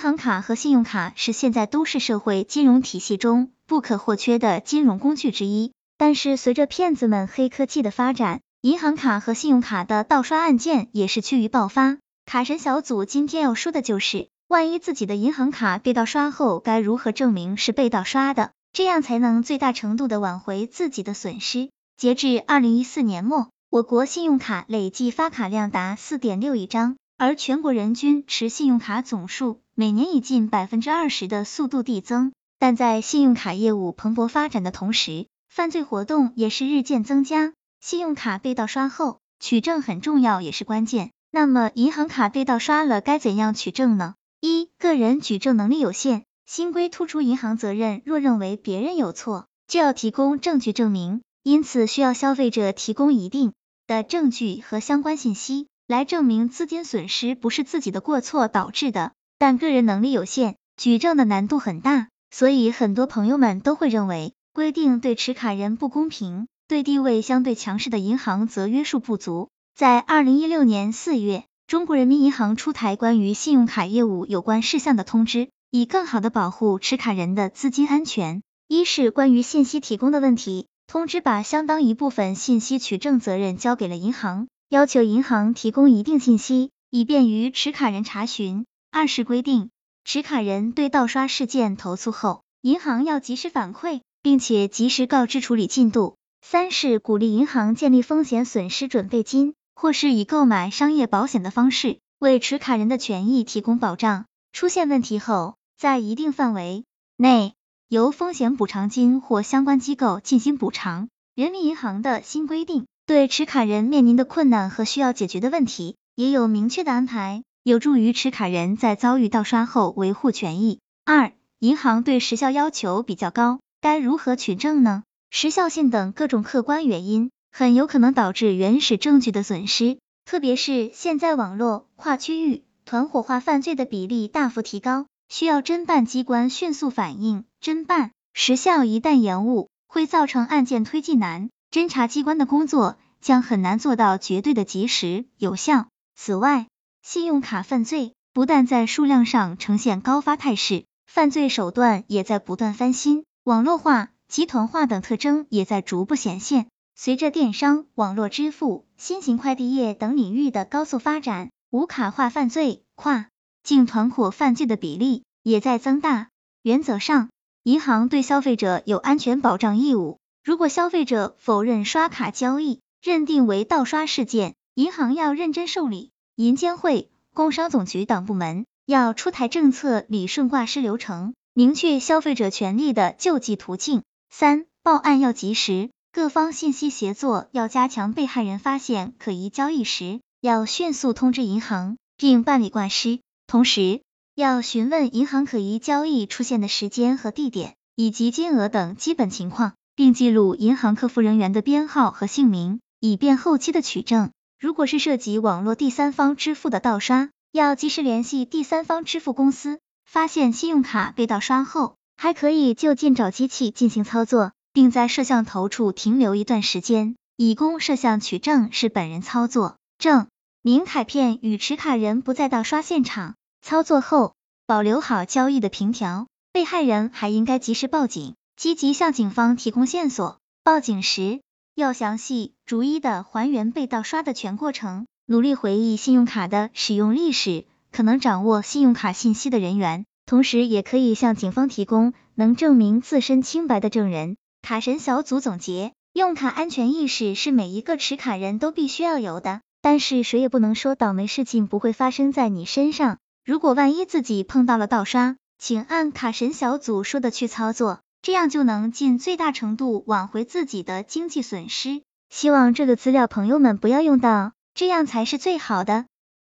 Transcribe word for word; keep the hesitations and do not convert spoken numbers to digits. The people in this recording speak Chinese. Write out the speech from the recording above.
银行卡和信用卡是现在都市社会金融体系中不可或缺的金融工具之一，但是随着骗子们黑科技的发展，银行卡和信用卡的盗刷案件也是趋于爆发。卡神小组今天要说的就是，万一自己的银行卡被盗刷后，该如何证明是被盗刷的，这样才能最大程度的挽回自己的损失。截至二零一四年末，我国信用卡累计发卡量达 四点六亿张，而全国人均持信用卡总数每年以近 百分之二十 的速度递增。但在信用卡业务蓬勃发展的同时，犯罪活动也是日渐增加。信用卡被盗刷后，取证很重要也是关键。那么银行卡被盗刷了该怎样取证呢？一、个人举证能力有限，新规突出银行责任，若认为别人有错，就要提供证据证明，因此需要消费者提供一定的证据和相关信息，来证明资金损失不是自己的过错导致的。但个人能力有限，举证的难度很大，所以很多朋友们都会认为，规定对持卡人不公平，对地位相对强势的银行则约束不足。在二零一六年四月，中国人民银行出台关于信用卡业务有关事项的通知，以更好的保护持卡人的资金安全。一是关于信息提供的问题，通知把相当一部分信息取证责任交给了银行，要求银行提供一定信息，以便于持卡人查询。二是规定，持卡人对盗刷事件投诉后，银行要及时反馈，并且及时告知处理进度。三是鼓励银行建立风险损失准备金，或是以购买商业保险的方式，为持卡人的权益提供保障。出现问题后，在一定范围内，由风险补偿金或相关机构进行补偿。人民银行的新规定，对持卡人面临的困难和需要解决的问题，也有明确的安排，有助于持卡人在遭遇盗刷后维护权益。二、银行对时效要求比较高，该如何取证呢？时效性等各种客观原因，很有可能导致原始证据的损失，特别是现在网络、跨区域、团伙化犯罪的比例大幅提高，需要侦办机关迅速反应、侦办，时效一旦延误，会造成案件推进难，侦查机关的工作将很难做到绝对的及时、有效。此外，信用卡犯罪不但在数量上呈现高发态势，犯罪手段也在不断翻新，网络化、集团化等特征也在逐步显现。随着电商、网络支付、新型快递业等领域的高速发展，无卡化犯罪、跨境团伙犯罪的比例也在增大。原则上，银行对消费者有安全保障义务，如果消费者否认刷卡交易，认定为盗刷事件，银行要认真受理。银监会、工商总局等部门要出台政策，理顺挂失流程，明确消费者权利的救济途径。三、报案要及时，各方信息协作，要加强被害人发现可疑交易时，要迅速通知银行，并办理挂失，同时要询问银行可疑交易出现的时间和地点，以及金额等基本情况，并记录银行客服人员的编号和姓名，以便后期的取证。如果是涉及网络第三方支付的盗刷，要及时联系第三方支付公司，发现信用卡被盗刷后，还可以就近找机器进行操作，并在摄像头处停留一段时间，以供摄像取证是本人操作。证明卡片与持卡人不在盗刷现场，操作后保留好交易的凭条。被害人还应该及时报警，积极向警方提供线索。报警时要详细逐一的还原被盗刷的全过程，努力回忆信用卡的使用历史，可能掌握信用卡信息的人员，同时也可以向警方提供能证明自身清白的证人。卡神小组总结，用卡安全意识是每一个持卡人都必须要有的，但是谁也不能说倒霉事情不会发生在你身上。如果万一自己碰到了盗刷，请按卡神小组说的去操作，这样就能尽最大程度挽回自己的经济损失。希望这个资料朋友们不要用到，这样才是最好的。